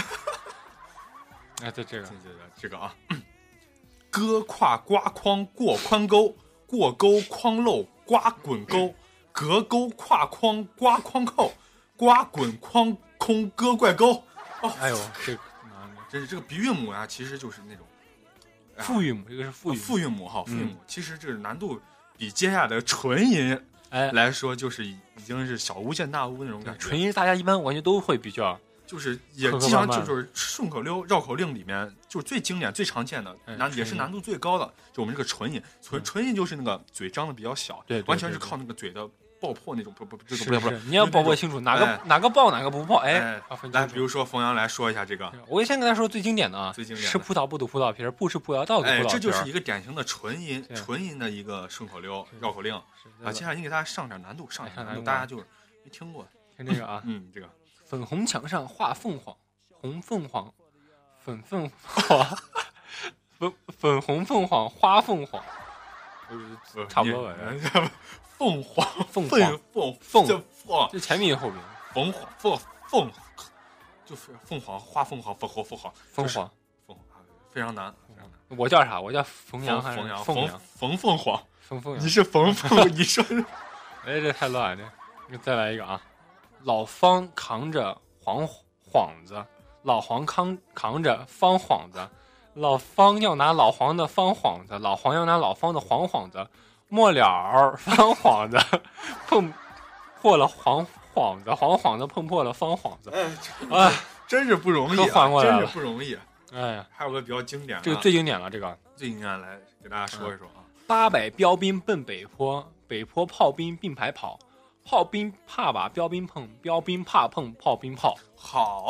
Speaker 2: 哎，对这个，
Speaker 1: 这个啊，割跨刮筐过宽沟，过沟筐漏刮滚沟，隔沟跨筐刮筐扣，刮滚筐空割怪沟。
Speaker 2: 哦，哎呦，这个
Speaker 1: 真是这个鼻韵母啊，其实就是那种
Speaker 2: 复韵母，这个是复韵
Speaker 1: 复韵母哈，复韵母其实这个难度比接下来的纯音。
Speaker 2: 哎，
Speaker 1: 来说就是已经是小巫见大巫那种感觉。
Speaker 2: 纯音大家一般完全都会比较，
Speaker 1: 就是也经常就是顺口溜、绕口令里面就是最经典、最常见的，难也是难度最高的。就我们这个纯音，纯纯音就是那个嘴张的比较小，
Speaker 2: 对，
Speaker 1: 完全是靠那个嘴的爆破那种，不不不，
Speaker 2: 是
Speaker 1: 不是，
Speaker 2: 你要爆破清楚哪个哪个爆哪个不爆。哎，
Speaker 1: 来，比如说冯阳来说一下这个，
Speaker 2: 我先跟他说最经典的啊，
Speaker 1: 最经典
Speaker 2: 吃葡萄不吐葡萄皮儿，不吃葡萄倒吐葡萄皮儿。
Speaker 1: 哎，这就是一个典型的纯音纯音的一个顺口溜、绕口令啊。接下来你给大家上点难度，上点难度，大家就是没听过，
Speaker 2: 听这个啊，
Speaker 1: 嗯，这个
Speaker 2: 粉红墙上画凤凰，红凤凰，粉凤凰，粉粉红凤凰，花凤凰，差不多吧。
Speaker 1: 凤凰，
Speaker 2: 凤凰，
Speaker 1: 凤
Speaker 2: 凤
Speaker 1: 凤凤，
Speaker 2: 就前面后面。
Speaker 1: 凤凰，凤凤，就是凤凰，花凤凰，凤凰，凤凰，
Speaker 2: 凤凰，
Speaker 1: 凤凰，非常难，非常难。
Speaker 2: 我叫啥？我叫冯阳，
Speaker 1: 冯阳，
Speaker 2: 冯阳，
Speaker 1: 冯凤凰，
Speaker 2: 冯凤阳。
Speaker 1: 你是冯凤，你说，
Speaker 2: 哎，这太乱了。这再来一个啊！老方扛着黄幌子，老黄扛扛着方幌子，老方要拿老黄的方幌子，老黄要拿老方的黄幌子。末了方幌子碰破了黄幌子，黄幌子碰破了方幌子。
Speaker 1: 哎，真是不容易、啊，
Speaker 2: 反过来了，
Speaker 1: 真是不容易。
Speaker 2: 哎呀，
Speaker 1: 还有个比较经典、啊，
Speaker 2: 这个最经典了，这个
Speaker 1: 最经典，来给大家说一说啊。
Speaker 2: 八百标兵奔北坡，北坡炮兵并排跑，炮兵怕把标兵碰，标兵怕碰炮兵炮。
Speaker 1: 好，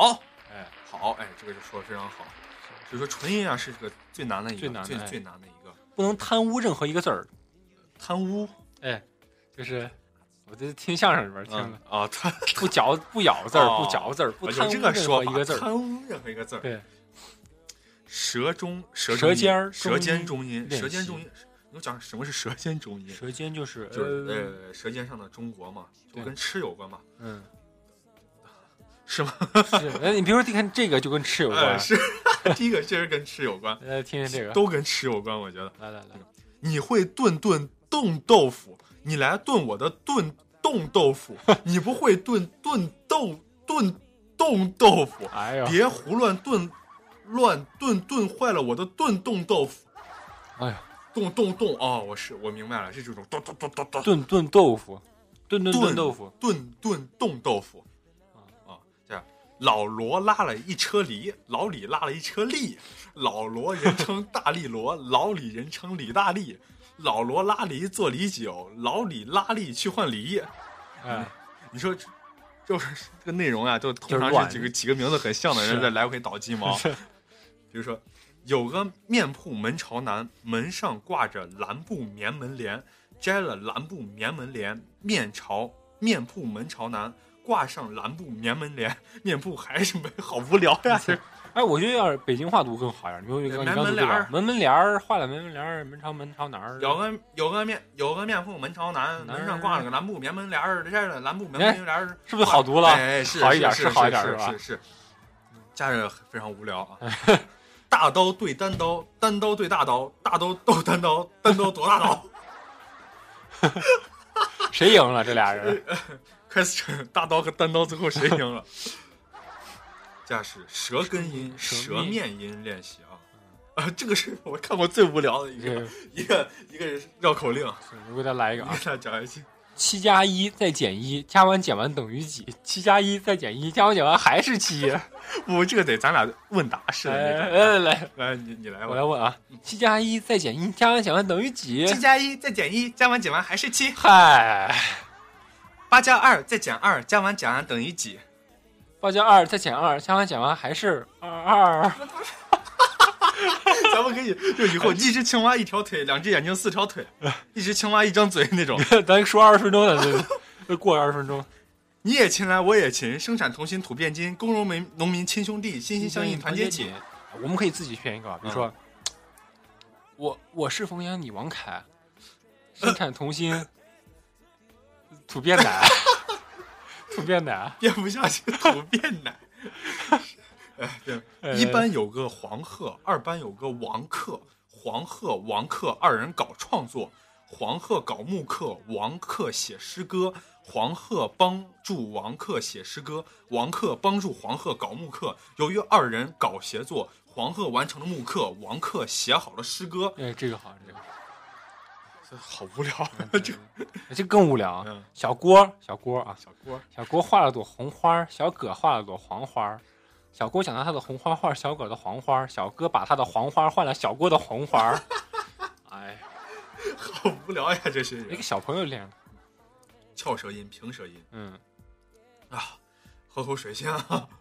Speaker 2: 哎，
Speaker 1: 好，哎，这个就说的非常好。所以说纯音啊是个最难的一个，
Speaker 2: 最难的
Speaker 1: 最
Speaker 2: 哎
Speaker 1: 最难的一个。
Speaker 2: 不能贪污任何一个字儿。
Speaker 1: 贪污，
Speaker 2: 哎，就是我这听相声里边听的、
Speaker 1: 嗯、啊，贪
Speaker 2: 不嚼不咬字儿，
Speaker 1: 哦
Speaker 2: 不嚼字儿，不
Speaker 1: 有
Speaker 2: 贪污
Speaker 1: 这个
Speaker 2: 任
Speaker 1: 说法，
Speaker 2: 何一个字儿。
Speaker 1: 贪污任何一个字儿。
Speaker 2: 对，
Speaker 1: 舌中舌
Speaker 2: 舌尖儿
Speaker 1: 舌尖
Speaker 2: 中
Speaker 1: 中音，
Speaker 2: 练习
Speaker 1: 舌尖中音。你讲什么是舌尖中音？
Speaker 2: 舌尖就是
Speaker 1: 就是
Speaker 2: 呃，
Speaker 1: 呃舌尖上的中国嘛，就
Speaker 2: 对
Speaker 1: 跟吃有关嘛，
Speaker 2: 嗯，
Speaker 1: 是吗？
Speaker 2: 是。哎，你比如说，你看这个就跟吃有关。
Speaker 1: 哎，是第一个确实跟吃有关，
Speaker 2: 来听听这个，
Speaker 1: 都跟吃有关，我觉得。
Speaker 2: 来来来，
Speaker 1: 你会炖炖冻豆腐，你来炖我的炖冻豆腐，你不会炖炖冻炖冻豆腐，
Speaker 2: 哎呦，
Speaker 1: 别胡乱炖乱炖炖坏了我的炖冻豆腐。
Speaker 2: 哎呀，
Speaker 1: 冻冻冻哦，我是我明白了，是这种咚咚咚咚咚
Speaker 2: 炖炖豆腐，炖炖炖豆腐，
Speaker 1: 炖炖冻豆腐啊，这样。老罗拉了一车梨，老李拉了一车栗，老罗人称大力罗，老李人称李大力。老罗拉梨做梨酒，老李拉梨去换梨。
Speaker 2: 哎，
Speaker 1: 你说这就是这个内容啊，就通常
Speaker 2: 就是乱
Speaker 1: 是几个几个名字很像的人
Speaker 2: 是
Speaker 1: 在来回倒鸡毛。
Speaker 2: 是
Speaker 1: 比如说，有个面铺门朝南，门上挂着蓝布棉门帘，摘了蓝布棉门帘，面朝面铺门朝南，挂上蓝布棉门帘，面铺还是没，好无聊呀！这
Speaker 2: 哎，我觉得要是北京话读更好一点。你比如你刚
Speaker 1: 门
Speaker 2: 刚读这个
Speaker 1: 门帘儿
Speaker 2: 门门帘儿，画了门门帘儿，门朝门朝哪儿？
Speaker 1: 有个有个面有个面铺门朝南，
Speaker 2: 南
Speaker 1: 门上挂了个蓝布棉门帘儿，摘了蓝布棉门帘儿，
Speaker 2: 是不是好读了？
Speaker 1: 哎，是
Speaker 2: 好一点，
Speaker 1: 是
Speaker 2: 好一点，
Speaker 1: 是
Speaker 2: 吧？
Speaker 1: 是是，加着非常无聊啊。大刀对单刀，单刀对大刀，大刀斗单刀，单刀夺大刀。
Speaker 2: 谁赢了？这俩人？
Speaker 1: 开始大刀和单刀最后谁赢了？这是舌根音、舌面音练习啊！啊，这个是我看过最无聊的一个一个一个绕口令。
Speaker 2: 我给他来一个啊！
Speaker 1: 给大家讲一句：
Speaker 2: 七加一再减一，加完减完等于几？七加一再减一，加完减完还是七。
Speaker 1: 我这个得咱俩问答式的那种。
Speaker 2: 来来来，
Speaker 1: 来你你来，
Speaker 2: 我来问啊！七加一再减一，加完减完等于几？
Speaker 1: 七加一再减一，加完减完还是七。
Speaker 2: 嗨，
Speaker 1: 八加二再减二，加完减完等于几？
Speaker 2: 八加二再减二，加完减完还是二二。
Speaker 1: 咱们可以就以后一只青蛙一条腿，两只眼睛四条腿，一只青蛙一张嘴那种。
Speaker 2: 咱说二十分钟了，这过二十分钟。
Speaker 1: 你也勤来，我也勤，生产同心土变金，工农民农民亲兄弟，心心相印团结起。
Speaker 2: 我们可以自己选一个，比如说，嗯、我我是冯阳，你王凯，生产同心土变奶，土变奶
Speaker 1: 变不下去，土变奶。哎，对，一班有个黄鹤，二班有个王克，黄鹤、王克二人搞创作，黄鹤搞木刻，王克写诗歌，黄鹤帮助王克写诗歌，王克帮助黄鹤搞木刻。由于二人搞协作，黄鹤完成了木刻，王克写好了诗歌。
Speaker 2: 哎，这个好，这个
Speaker 1: 这好无聊，
Speaker 2: 嗯、这这更无聊。
Speaker 1: 嗯、
Speaker 2: 小郭，小郭啊，
Speaker 1: 小郭，
Speaker 2: 小郭画了朵红花，小葛画了朵黄花。小郭讲到他的红花换小葛的黄花，小哥把他的黄花换了小郭的红花。哎，
Speaker 1: 好无聊呀，这些人。
Speaker 2: 一个小朋友练的，
Speaker 1: 翘舌音、平舌音。
Speaker 2: 嗯，
Speaker 1: 啊，喝口水先啊。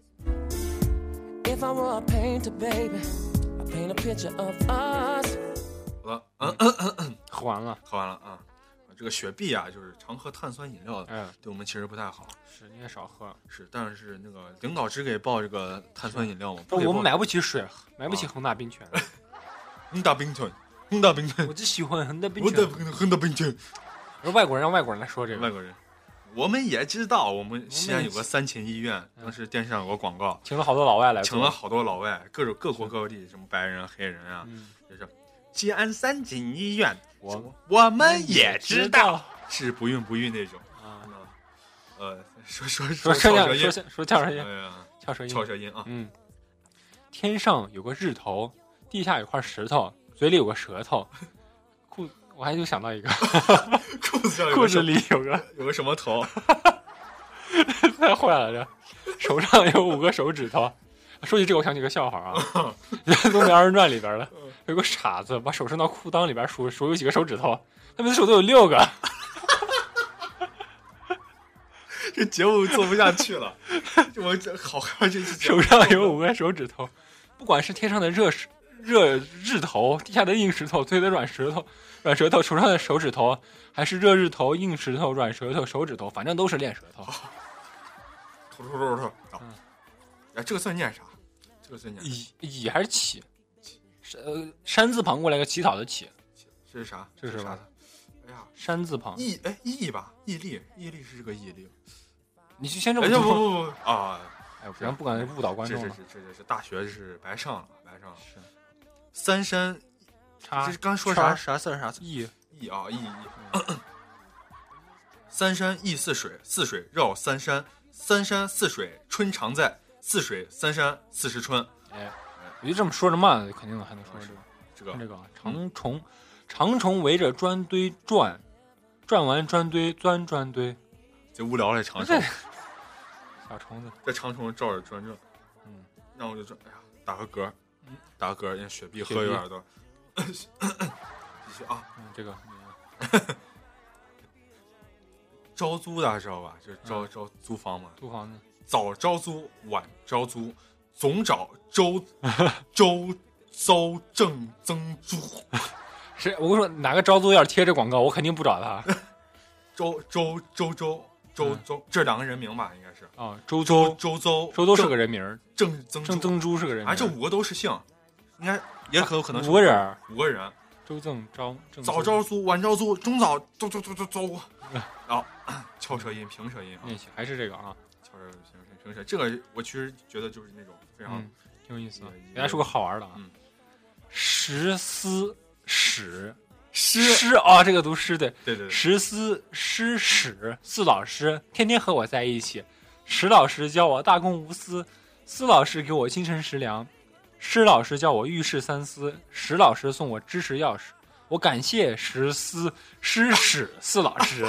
Speaker 3: If I were a painter, baby, I paint a picture of us.
Speaker 1: 好了，嗯嗯嗯嗯，
Speaker 2: 喝完了，
Speaker 1: 喝完了啊。这个雪碧啊，就是常喝碳酸饮料的，
Speaker 2: 嗯，
Speaker 1: 对我们其实不太好。
Speaker 2: 是，你也少喝。
Speaker 1: 是，但是那个领导只给报这个碳酸饮料嘛，
Speaker 2: 不我们买不起水，买不起恒大冰泉。
Speaker 1: 恒大冰泉，恒大冰泉，
Speaker 2: 我只喜欢恒大冰
Speaker 1: 泉。恒大冰泉。
Speaker 2: 我说外国人让外国人来说这个。
Speaker 1: 外国人，我们也知道，我们西安有个三秦医院，当时电视上有个广告，
Speaker 2: 请了好多老外来，
Speaker 1: 请了好多老外，各种各国各地，什么白人、黑人啊，就是西安三秦医院，
Speaker 2: 我
Speaker 1: 我们也知道。是不孕不育那种
Speaker 2: 啊，
Speaker 1: 呃，说说
Speaker 2: 说说说说说翘舌音，
Speaker 1: 哎呀，
Speaker 2: 翘舌音，
Speaker 1: 翘舌音啊，
Speaker 2: 嗯。天上有个日头，地下有块石头，嘴里有个舌头，裤我还就想到一个，
Speaker 1: 裤子上
Speaker 2: 裤子里有个
Speaker 1: 有个什么头，
Speaker 2: 太坏了这，手上有五个手指头。说起这个，我想起个笑话啊，《东北二人转》里边的有个傻子把手伸到裤裆里边数数有几个手指头，他们的手都有六个。
Speaker 1: 这节目做不下去了， 我这好看这期
Speaker 2: 手上有五个手指头，不管是天上的热石热日头，地下的硬石头，嘴里的软石头软舌头，手上的手指头，还是热日头、硬石头、软舌头、手指头，反正都是练舌头。
Speaker 1: 头头头头头。哎，这个算念啥？这个算念
Speaker 2: 乙乙还是起？呃，山字旁过来个乞讨的乞，
Speaker 1: 这是啥？
Speaker 2: 这是啥？
Speaker 1: 哎呀，
Speaker 2: 山字旁。
Speaker 1: 毅哎毅吧，毅力，毅力是这个毅力。
Speaker 2: 你就先这么
Speaker 1: 说。哎不
Speaker 2: 不
Speaker 1: 不不啊！
Speaker 2: 哎，不然不敢误导观众了。
Speaker 1: 这是这这是大学是白上了，白上了。
Speaker 2: 是。
Speaker 1: 三山，
Speaker 2: 叉。
Speaker 1: 这刚说啥啥字啥字？
Speaker 2: 毅
Speaker 1: 毅啊毅毅。三山易似水，似水绕三山，三山似水春常在，似水三山四时春。
Speaker 2: 哎，我就这么说着慢，肯定还能说这个。
Speaker 1: 这个
Speaker 2: 这个长虫，长虫围着砖堆转，转完砖堆钻砖堆。
Speaker 1: 这无聊了，长虫。
Speaker 2: 小虫子，
Speaker 1: 这长虫照着转转。
Speaker 2: 嗯，
Speaker 1: 那我就转，哎呀，打个嗝，打个嗝，人雪碧喝有点多。继续啊，
Speaker 2: 嗯，这个。
Speaker 1: 招租的知道吧？就是招、嗯、招租房嘛。
Speaker 2: 租房子。
Speaker 1: 早招租，晚招租，总找周周邹正增租。
Speaker 2: 是我跟你说，哪个招租要是贴这广告，我肯定不找他。
Speaker 1: 周周周周周周、嗯，这两个人名吧，应该是
Speaker 2: 啊。周
Speaker 1: 周周邹
Speaker 2: 周邹是个人名，
Speaker 1: 正增
Speaker 2: 正增租是个人名。
Speaker 1: 啊，这五个都是姓，应该也可有可能是
Speaker 2: 五个人，
Speaker 1: 五个人。
Speaker 2: 周正招
Speaker 1: 早招租，晚招租，中早租租租租租。然后翘舌音、平舌音
Speaker 2: 练习还是这个啊，
Speaker 1: 翘舌音、平舌。这个我其实觉得就是那种非常、
Speaker 2: 嗯、挺有意思的。给大家说个好玩的啊，
Speaker 1: 嗯，
Speaker 2: 石思史
Speaker 1: 诗
Speaker 2: 诗啊，这个读诗的，
Speaker 1: 对对对，
Speaker 2: 石思诗史四老师天天和我在一起，史老师教我大公无私，司老师给我精神食粮，施老师教我遇事三思，史老师送我知识钥匙。我感谢石思诗史四老师。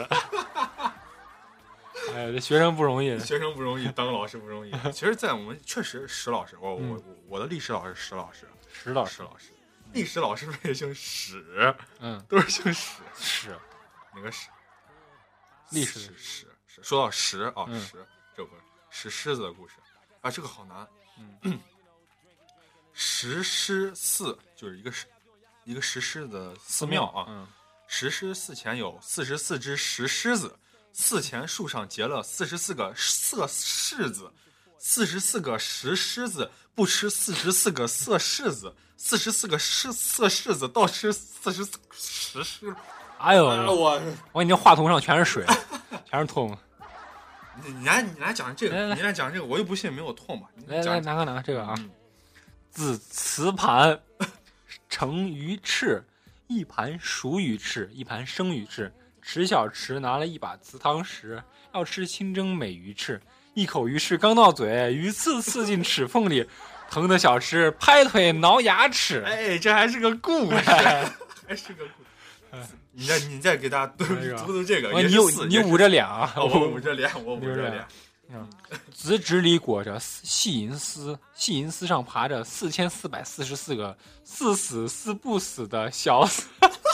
Speaker 2: 哎呀，这学生不容易，
Speaker 1: 学生不容易，当老师不容易。其实，在我们确实史老师，我、嗯、我我的历史老师史老师，
Speaker 2: 史老师
Speaker 1: 老师，历史老师也姓史，
Speaker 2: 嗯，
Speaker 1: 都是姓史，
Speaker 2: 史，
Speaker 1: 哪个史？
Speaker 2: 历史
Speaker 1: 史史。说到石啊，
Speaker 2: 嗯、
Speaker 1: 石这个石狮子的故事啊，这个好难。
Speaker 2: 嗯，
Speaker 1: 石狮寺就是一个石。一个石狮的寺庙啊，
Speaker 2: 嗯，
Speaker 1: 石狮寺前有四十四只石狮子，寺前树上结了四十四个色柿子，四十四个石狮子不吃四十四个色柿子，四十四个色色柿子倒吃四十四个石狮。
Speaker 2: 哎呦，
Speaker 1: 哎我
Speaker 2: 我已经话筒上全是水，全是痛。
Speaker 1: 你你来你来讲这个，
Speaker 2: 来来
Speaker 1: 你来讲这个，我又不信没有痛吧？
Speaker 2: 来来拿个拿个这个啊，
Speaker 1: 嗯、
Speaker 2: 子瓷盘。成鱼翅，一盘熟鱼翅，一盘生鱼翅。池小池拿了一把瓷汤匙，要吃清蒸美鱼翅。一口鱼翅刚到嘴，鱼刺刺进齿缝里，疼的小池拍腿挠牙齿。
Speaker 1: 哎，这还是个故事，还是个故事。你再你再给大家读读读这个，
Speaker 2: 你你捂着脸啊，
Speaker 1: 我捂着脸，我捂着脸。
Speaker 2: 嗯，紫纸里裹着细银丝，细银丝上爬着四千四百四十四个似死似不死的小死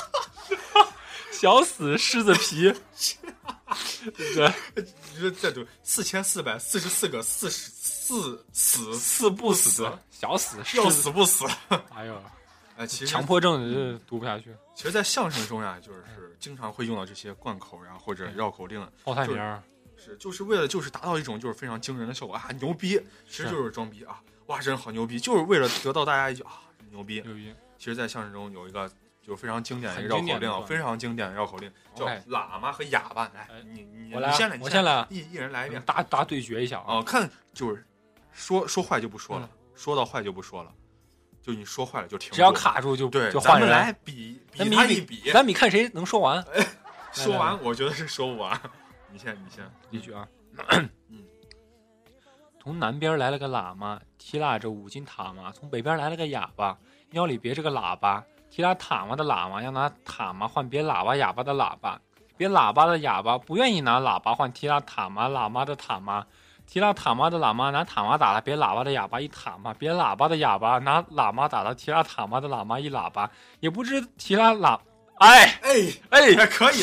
Speaker 2: 小死狮子皮。
Speaker 1: 对，你说再读四千四百四十四个四十四死
Speaker 2: 似不死的小死狮子，
Speaker 1: 要死不死。
Speaker 2: 哎呦，
Speaker 1: 哎，其实
Speaker 2: 强迫症就读不下去。
Speaker 1: 其实，在相声中呀，就是经常会用到这些贯口呀，或者绕口令、
Speaker 2: 报菜名。
Speaker 1: 是，就是为了就是达到一种就是非常惊人的效果啊，牛逼，其实就是装逼啊，哇，真好牛逼，就是为了得到大家一句啊，牛逼，
Speaker 2: 牛逼。
Speaker 1: 其实，在相声中有一个就是非常经典的一个绕口令，非常经典的绕口令，叫喇嘛和哑巴。来，你你
Speaker 2: 我来，
Speaker 1: 你先来，
Speaker 2: 我先来，
Speaker 1: 一一人来一遍，
Speaker 2: 大大对决一下啊！
Speaker 1: 哦，看就是说说坏就不说了，说到坏就不说了，就你说坏了就停，
Speaker 2: 只要卡住就
Speaker 1: 对，
Speaker 2: 就换人
Speaker 1: 来比比他一比，
Speaker 2: 咱比看谁能说完。
Speaker 1: 说完，我觉得是说不完。你先，你先
Speaker 2: 一句啊。
Speaker 1: 嗯，
Speaker 2: 从南边来了个喇嘛，提拉着五斤塔嘛；从北边来了个哑巴，腰里别着个喇叭。提拉塔嘛的喇嘛要拿塔嘛换别喇叭哑巴的喇叭，别喇叭的哑巴不愿意拿喇叭换提拉塔嘛喇嘛的塔嘛。提拉塔嘛的喇嘛拿塔嘛打了别喇叭的哑巴一塔嘛，别喇叭的哑巴拿喇嘛打了提拉塔嘛的喇嘛一喇叭，也不知提拉喇。哎
Speaker 1: 哎
Speaker 2: 哎，
Speaker 1: 可以了。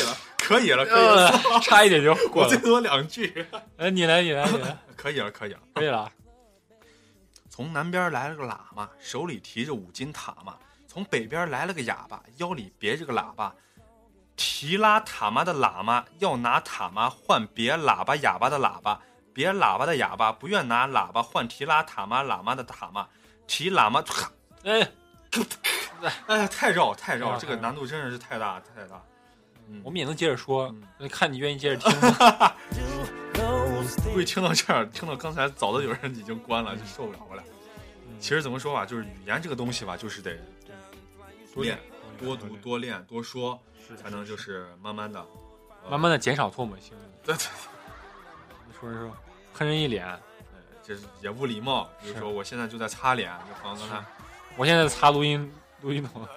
Speaker 1: 可以了，可以了，
Speaker 2: 呃、差一点就过了。
Speaker 1: 我最多两句。
Speaker 2: 哎，你来，你来，你来。
Speaker 1: 可以了，可以了，
Speaker 2: 可以了。
Speaker 1: 从南边来了个喇嘛，手里提着五斤塔嘛；从北边来了个哑巴，腰里别着个喇叭。提拉塔嘛的喇嘛要拿塔嘛换别喇叭哑巴的喇叭，别喇叭的哑巴不愿拿喇叭换提拉塔嘛喇嘛的塔嘛，提喇嘛，
Speaker 2: 哎，
Speaker 1: 哎，太绕太绕，
Speaker 2: 啊、
Speaker 1: 这个难度真的是太大太大。
Speaker 2: 嗯，我们也能接着说，
Speaker 1: 嗯、
Speaker 2: 看你愿意接着听吗？
Speaker 1: 估计听到这儿，听到刚才早都有人已经关了，就受不了了。
Speaker 2: 嗯、
Speaker 1: 其实怎么说吧，就是语言这个东西吧，就是得
Speaker 2: 多练、
Speaker 1: 多读、多练、多说，才能就是慢慢的、
Speaker 2: 呃、慢慢的减少唾沫星子。
Speaker 1: 对对。
Speaker 2: 说是说，喷人一脸，
Speaker 1: 哎，这也不礼貌。比如说，我现在就在擦脸，就刚刚才，
Speaker 2: 我现在在擦录音录音筒。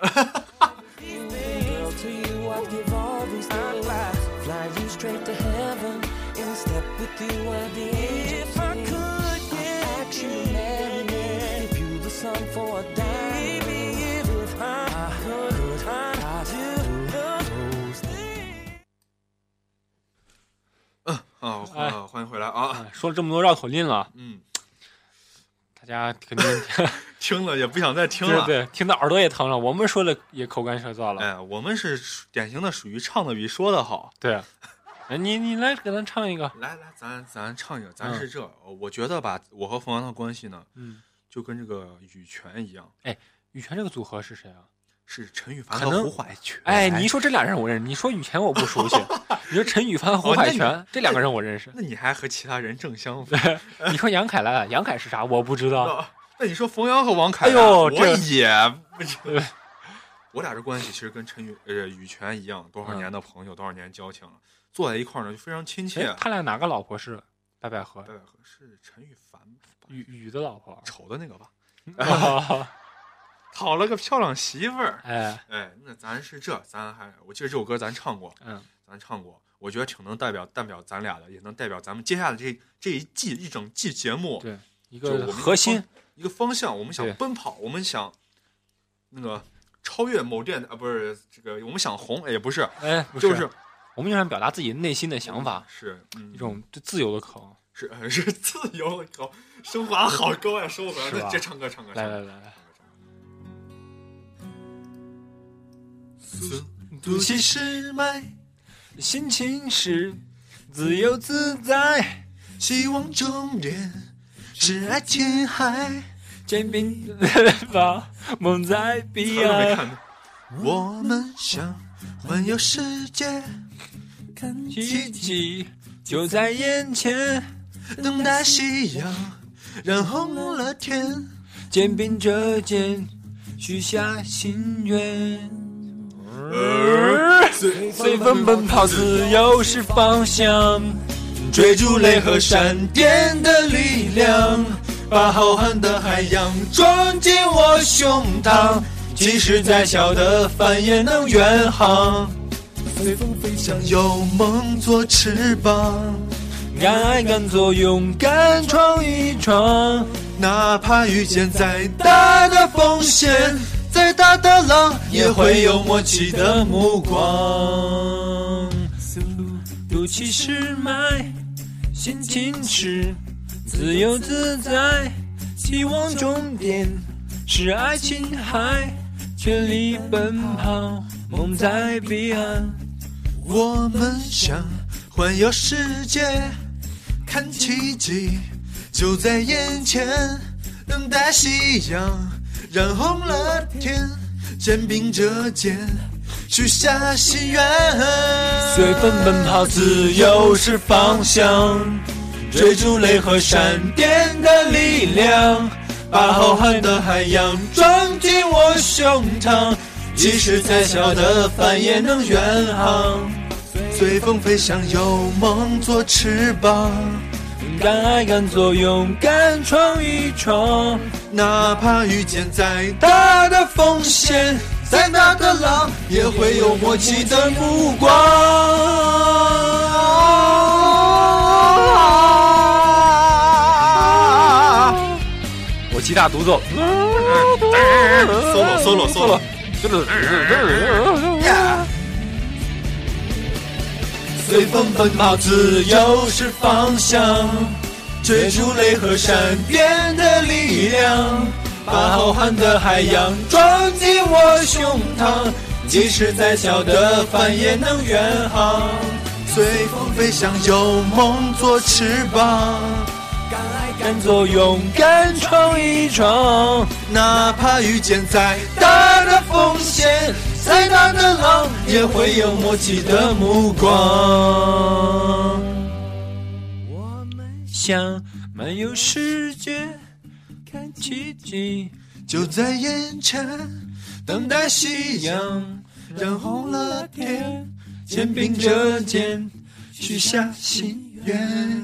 Speaker 1: 嗯啊，欢、哎、欢迎回来啊！
Speaker 2: 哎、说了这么多绕口令了，
Speaker 1: 嗯，
Speaker 2: 大家肯定
Speaker 1: 听了也不想再听了，
Speaker 2: 对对，听到耳朵也疼了。我们说的也口干舌燥了。
Speaker 1: 哎，我们是典型的属于唱的比说的好。
Speaker 2: 对，哎，你你来给咱唱一个，
Speaker 1: 来来，咱咱唱一个，咱是这，嗯、我觉得吧，我和冯阳的关系呢，
Speaker 2: 嗯，
Speaker 1: 就跟这个羽泉一样。
Speaker 2: 哎，羽泉这个组合是谁啊？
Speaker 1: 是陈羽凡和胡海泉。
Speaker 2: 哎，你一说这俩人我认识，你说羽泉我不熟悉，你说陈羽凡和胡海泉、哦、这两个人我认识。
Speaker 1: 那你还和其他人正相反。
Speaker 2: 你说杨凯来，杨凯是啥？我不知道。
Speaker 1: 那你说冯阳和王凯，
Speaker 2: 哎呦，
Speaker 1: 我也不知道。我俩这关系其实跟陈羽呃羽泉一样，多少年的朋友，嗯、多少年交情了，坐在一块儿呢就非常亲切。
Speaker 2: 他俩哪个老婆是白百合？
Speaker 1: 白百合是陈羽凡，
Speaker 2: 羽羽的老婆，
Speaker 1: 丑的那个吧？
Speaker 2: 哦
Speaker 1: 讨了个漂亮媳妇儿，
Speaker 2: 哎
Speaker 1: 哎，那咱是这，咱还我记得这首歌咱唱过，
Speaker 2: 嗯，
Speaker 1: 咱唱过，我觉得挺能代表代表咱俩的，也能代表咱们接下来这这一季一整季节目，
Speaker 2: 对，一个核心，
Speaker 1: 一个方向，我们想奔跑，我们想那个超越某电啊，不是这个，我们想红，哎，不是，
Speaker 2: 哎，不
Speaker 1: 是就是
Speaker 2: 我们就想表达自己内心的想法，
Speaker 1: 是、嗯、
Speaker 2: 一种自由的口望，
Speaker 1: 是是自由的口，升华好高呀，升华，那这唱歌唱歌，
Speaker 2: 来来来来。
Speaker 1: 速度七十迈，
Speaker 2: 心情是自由自在，
Speaker 1: 希望终点是爱琴海，
Speaker 2: 肩并把梦在彼岸。
Speaker 1: 我们想环游世界，
Speaker 2: 看奇迹就在眼前，
Speaker 1: 等待夕阳染红了天，
Speaker 2: 肩并着肩许下心愿。随风奔跑，自由是方向，
Speaker 1: 追逐雷和闪电的力量，把浩瀚的海洋装进我胸膛，即使再小的帆也能远航，随风飞翔，有梦做翅膀，
Speaker 2: 敢爱敢做，勇敢闯一闯，
Speaker 1: 哪怕遇见再大的风险，再大的浪也会有默契的目光。
Speaker 2: 速度七十迈，心情是自由自在，希望终点是爱琴海，全力奔跑，梦在彼岸。
Speaker 1: 我们想环游世界，看奇迹就在眼前，等待夕阳染红了天，肩并着肩许下心愿，
Speaker 2: 随风奔跑，自由是方向，
Speaker 1: 追逐雷和闪电的力量，把浩瀚的海洋装进我胸膛，即使再小的帆也能远航，随风飞翔，有梦做翅膀，
Speaker 2: 敢爱敢做，勇敢闯一闯，
Speaker 1: 哪怕遇见再大的风险，再大的浪也会有默契的目光。
Speaker 2: 我吉他独奏
Speaker 1: ，solo solo solo， 随风奔跑，自由是方向，追逐雷和闪电的力量，把浩瀚的海洋装进我胸膛，即使再小的帆也能远航，随风飞翔，有梦做翅膀，敢做勇敢闯一闯，哪怕遇见再大的风险，再大的浪，也会有默契的目光。我们想漫游世界，看奇迹就在眼前，等待夕阳染红了天，肩并着肩许下心愿。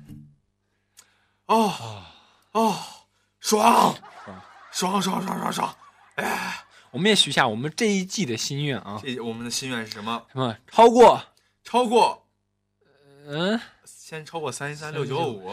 Speaker 1: 哦哦，爽爽爽爽爽爽！哎，
Speaker 2: 我们也许下我们这一季的心愿啊。
Speaker 1: 这我们的心愿是什么？
Speaker 2: 什么？超过？
Speaker 1: 超过？
Speaker 2: 嗯，
Speaker 1: 先超过三一三六九五。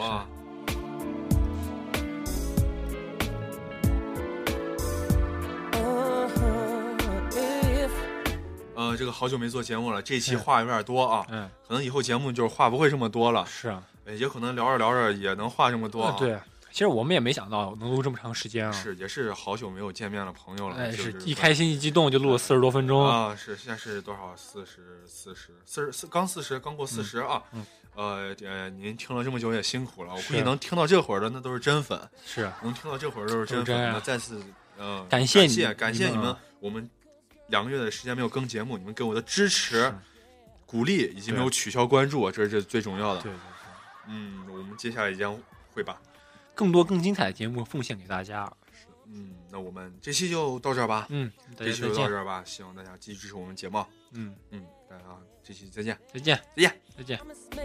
Speaker 1: 呃，这个好久没做节目了，这期话有点多啊。嗯，可能以后节目就是话不会这么多了。
Speaker 2: 是啊。
Speaker 1: 也可能聊着聊着也能话这么多、啊
Speaker 2: 呃、对，其实我们也没想到能录这么长时间啊。
Speaker 1: 是，也是好久没有见面的朋友了。
Speaker 2: 哎，
Speaker 1: 是
Speaker 2: 一开心一激动就录了四十多分钟
Speaker 1: 啊！是，现在是多少？四十四十四十四，刚四十，刚过四十啊！
Speaker 2: 嗯，
Speaker 1: 呃呃，您听了这么久也辛苦了，我估计能听到这会儿的那都是真粉。
Speaker 2: 是，
Speaker 1: 能听到这会儿都是真粉。
Speaker 2: 真
Speaker 1: 那再次呃，
Speaker 2: 感谢
Speaker 1: 感谢感谢你们，我们两个月的时间没有更节目，你们给我的支持、鼓励以及没有取消关注，这是最重要的。
Speaker 2: 对对对。
Speaker 1: 嗯，我们接下来将会把
Speaker 2: 更多更精彩的节目奉献给大家。
Speaker 1: 是，嗯，那我们这期就到这儿吧。
Speaker 2: 嗯，
Speaker 1: 这期就到这儿吧。希望大家继续支持我们节目。
Speaker 2: 嗯
Speaker 1: 嗯，大家这期再见，
Speaker 2: 再见，
Speaker 1: 再见，
Speaker 2: 再见。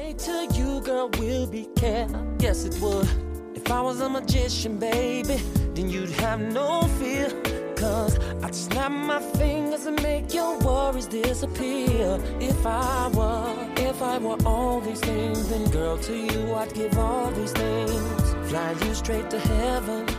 Speaker 3: If I was a magician, baby, then you'd have no fear. Cause I'd snap my fingers and make your worries disappear. If I were, if I were all these things, then girl, to you I'd give all these things. Fly you straight to heaven,